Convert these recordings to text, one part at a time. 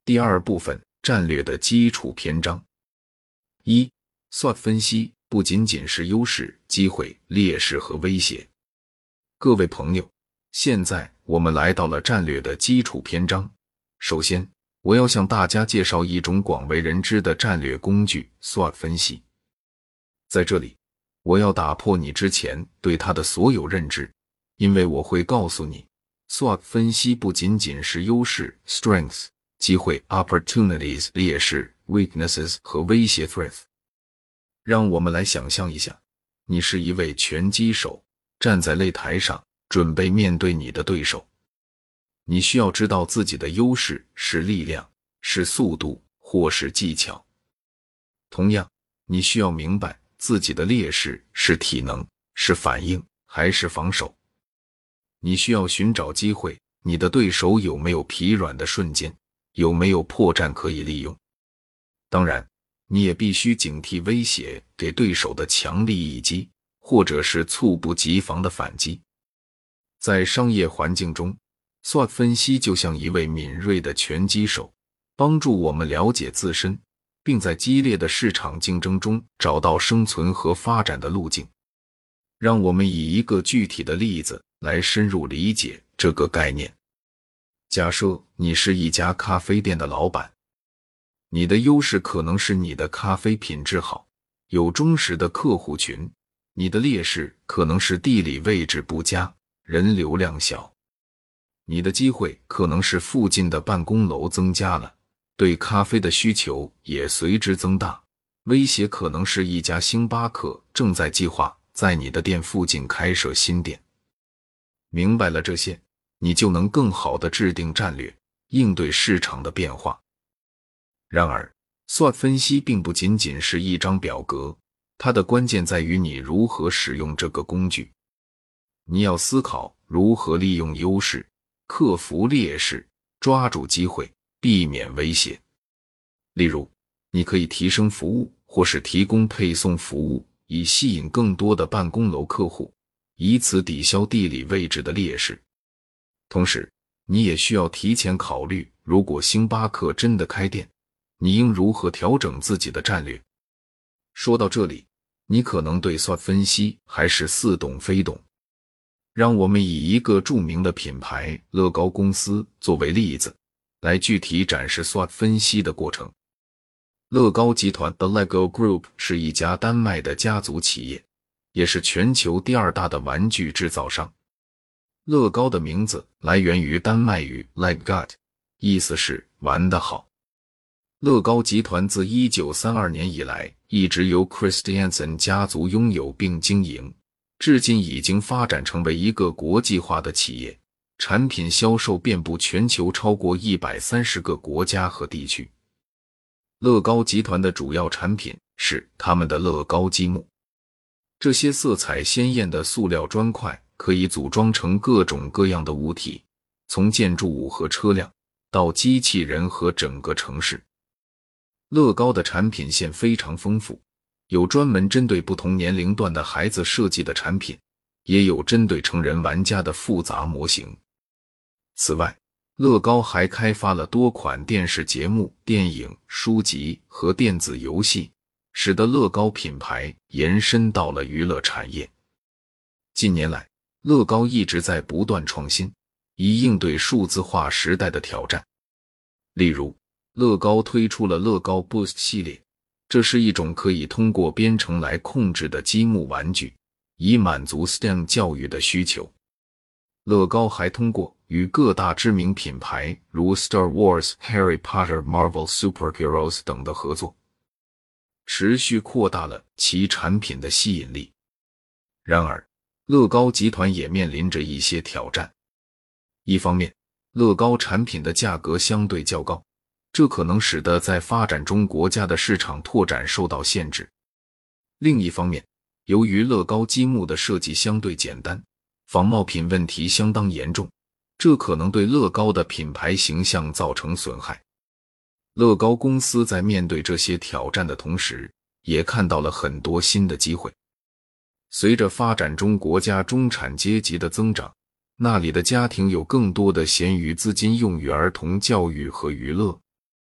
第二部分，战略的基础篇章。一、SWOT 分析不仅仅是优势、机会、劣势和威胁。各位朋友，现在我们来到了战略的基础篇章。首先，我要向大家介绍一种广为人知的战略工具 SWOT 分析。在这里，我要打破你之前对它的所有认知，因为我会告诉你， SWOT 分析不仅仅是优势 strengths、机会 opportunities、劣势 weaknesses 和威胁 threats。让我们来想象一下，你是一位拳击手，站在擂台上，准备面对你的对手。你需要知道自己的优势是力量，是速度，或是技巧。同样，你需要明白自己的劣势是体能，是反应，还是防守。你需要寻找机会，你的对手有没有疲软的瞬间，有没有破绽可以利用。当然，你也必须警惕威胁给对手的强力一击，或者是猝不及防的反击。在商业环境中， SWOT 分析就像一位敏锐的拳击手，帮助我们了解自身，并在激烈的市场竞争中找到生存和发展的路径。让我们以一个具体的例子来深入理解这个概念。假设你是一家咖啡店的老板，你的优势可能是你的咖啡品质好，有忠实的客户群；你的劣势可能是地理位置不佳，人流量小。你的机会可能是附近的办公楼增加了，对咖啡的需求也随之增大。威胁可能是一家星巴克正在计划在你的店附近开设新店。明白了这些，你就能更好地制定战略，应对市场的变化。然而， SWOT 分析并不仅仅是一张表格，它的关键在于你如何使用这个工具。你要思考如何利用优势，克服劣势，抓住机会，避免威胁。例如，你可以提升服务，或是提供配送服务，以吸引更多的办公楼客户，以此抵消地理位置的劣势。同时，你也需要提前考虑，如果星巴克真的开店，你应如何调整自己的战略。说到这里，你可能对 SWOT 分析还是似懂非懂。让我们以一个著名的品牌乐高公司作为例子，来具体展示 SWOT 分析的过程。乐高集团 The Lego Group 是一家丹麦的家族企业，也是全球第二大的玩具制造商。乐高的名字来源于丹麦语 Leggot， 意思是玩得好。乐高集团自1932年以来一直由 Christiansen 家族拥有并经营，至今已经发展成为一个国际化的企业，产品销售遍布全球超过130个国家和地区。乐高集团的主要产品是他们的乐高积木，这些色彩鲜艳的塑料砖块可以组装成各种各样的物体，从建筑物和车辆到机器人和整个城市。乐高的产品线非常丰富，有专门针对不同年龄段的孩子设计的产品，也有针对成人玩家的复杂模型。此外，乐高还开发了多款电视节目、电影、书籍和电子游戏，使得乐高品牌延伸到了娱乐产业。近年来，乐高一直在不断创新，以应对数字化时代的挑战。例如，乐高推出了乐高 Boost 系列，这是一种可以通过编程来控制的积木玩具，以满足 STEM 教育的需求。乐高还通过与各大知名品牌如 Star Wars、Harry Potter、Marvel Superheroes 等的合作，持续扩大了其产品的吸引力。然而，乐高集团也面临着一些挑战。一方面，乐高产品的价格相对较高，这可能使得在发展中国家的市场拓展受到限制。另一方面，由于乐高积木的设计相对简单，仿冒品问题相当严重，这可能对乐高的品牌形象造成损害。乐高公司在面对这些挑战的同时，也看到了很多新的机会。随着发展中国家中产阶级的增长，那里的家庭有更多的闲余资金用于儿童教育和娱乐，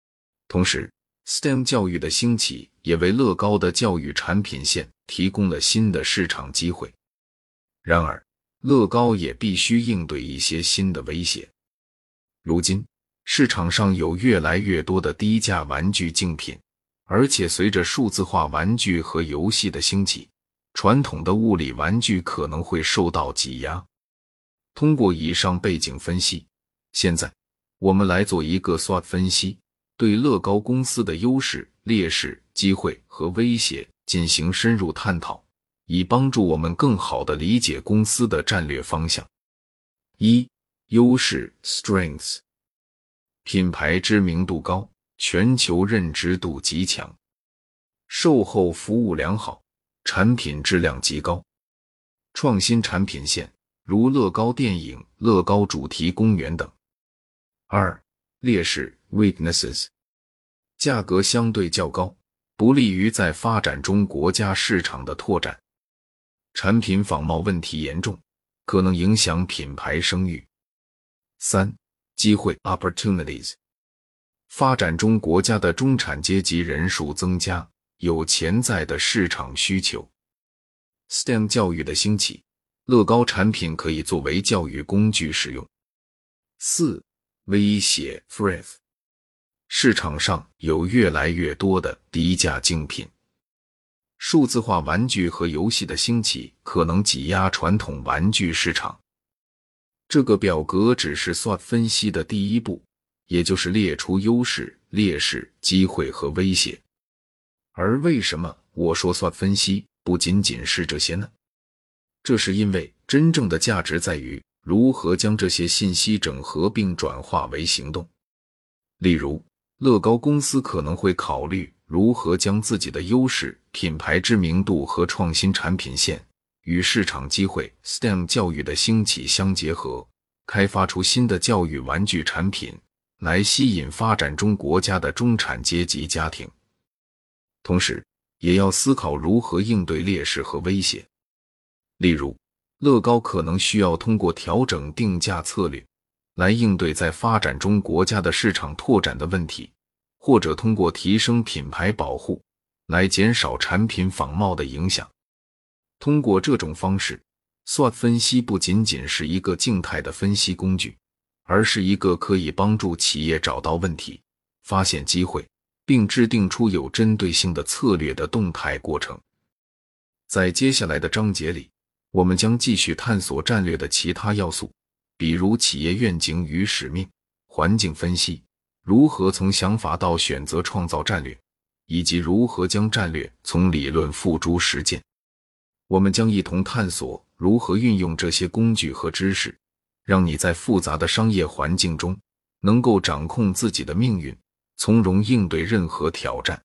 同时 STEM 教育的兴起也为乐高的教育产品线提供了新的市场机会。然而，乐高也必须应对一些新的威胁。如今，市场上有越来越多的低价玩具竞品，而且随着数字化玩具和游戏的兴起，传统的物理玩具可能会受到挤压。通过以上背景分析，现在我们来做一个 SWOT 分析，对乐高公司的优势、劣势、机会和威胁进行深入探讨，以帮助我们更好地理解公司的战略方向。一、优势 Strengths。 品牌知名度高，全球认知度极强，售后服务良好，产品质量极高，创新产品线如乐高电影、乐高主题公园等。二、劣势 Weaknesses。 价格相对较高，不利于在发展中国家市场的拓展，产品仿冒问题严重，可能影响品牌声誉。三、机会 Opportunities。 发展中国家的中产阶级人数增加，有潜在的市场需求。 STEM 教育的兴起，乐高产品可以作为教育工具使用。四、威胁 Threat。 市场上有越来越多的低价竞品，数字化玩具和游戏的兴起可能挤压传统玩具市场。这个表格只是 SWOT 分析的第一步，也就是列出优势、劣势、机会和威胁。而为什么我说 SWOT 分析不仅仅是这些呢？这是因为真正的价值在于如何将这些信息整合并转化为行动。例如，乐高公司可能会考虑如何将自己的优势、品牌知名度和创新产品线与市场机会 STEM 教育的兴起相结合，开发出新的教育玩具产品，来吸引发展中国家的中产阶级家庭。同时，也要思考如何应对劣势和威胁。例如，乐高可能需要通过调整定价策略，来应对在发展中国家的市场拓展的问题，或者通过提升品牌保护，来减少产品仿冒的影响。通过这种方式， SWOT 分析不仅仅是一个静态的分析工具，而是一个可以帮助企业找到问题、发现机会，并制定出有针对性的策略的动态过程。在接下来的章节里，我们将继续探索战略的其他要素，比如企业愿景与使命、环境分析，如何从想法到选择创造战略，以及如何将战略从理论付诸实践。我们将一同探索如何运用这些工具和知识，让你在复杂的商业环境中能够掌控自己的命运，从容应对任何挑战。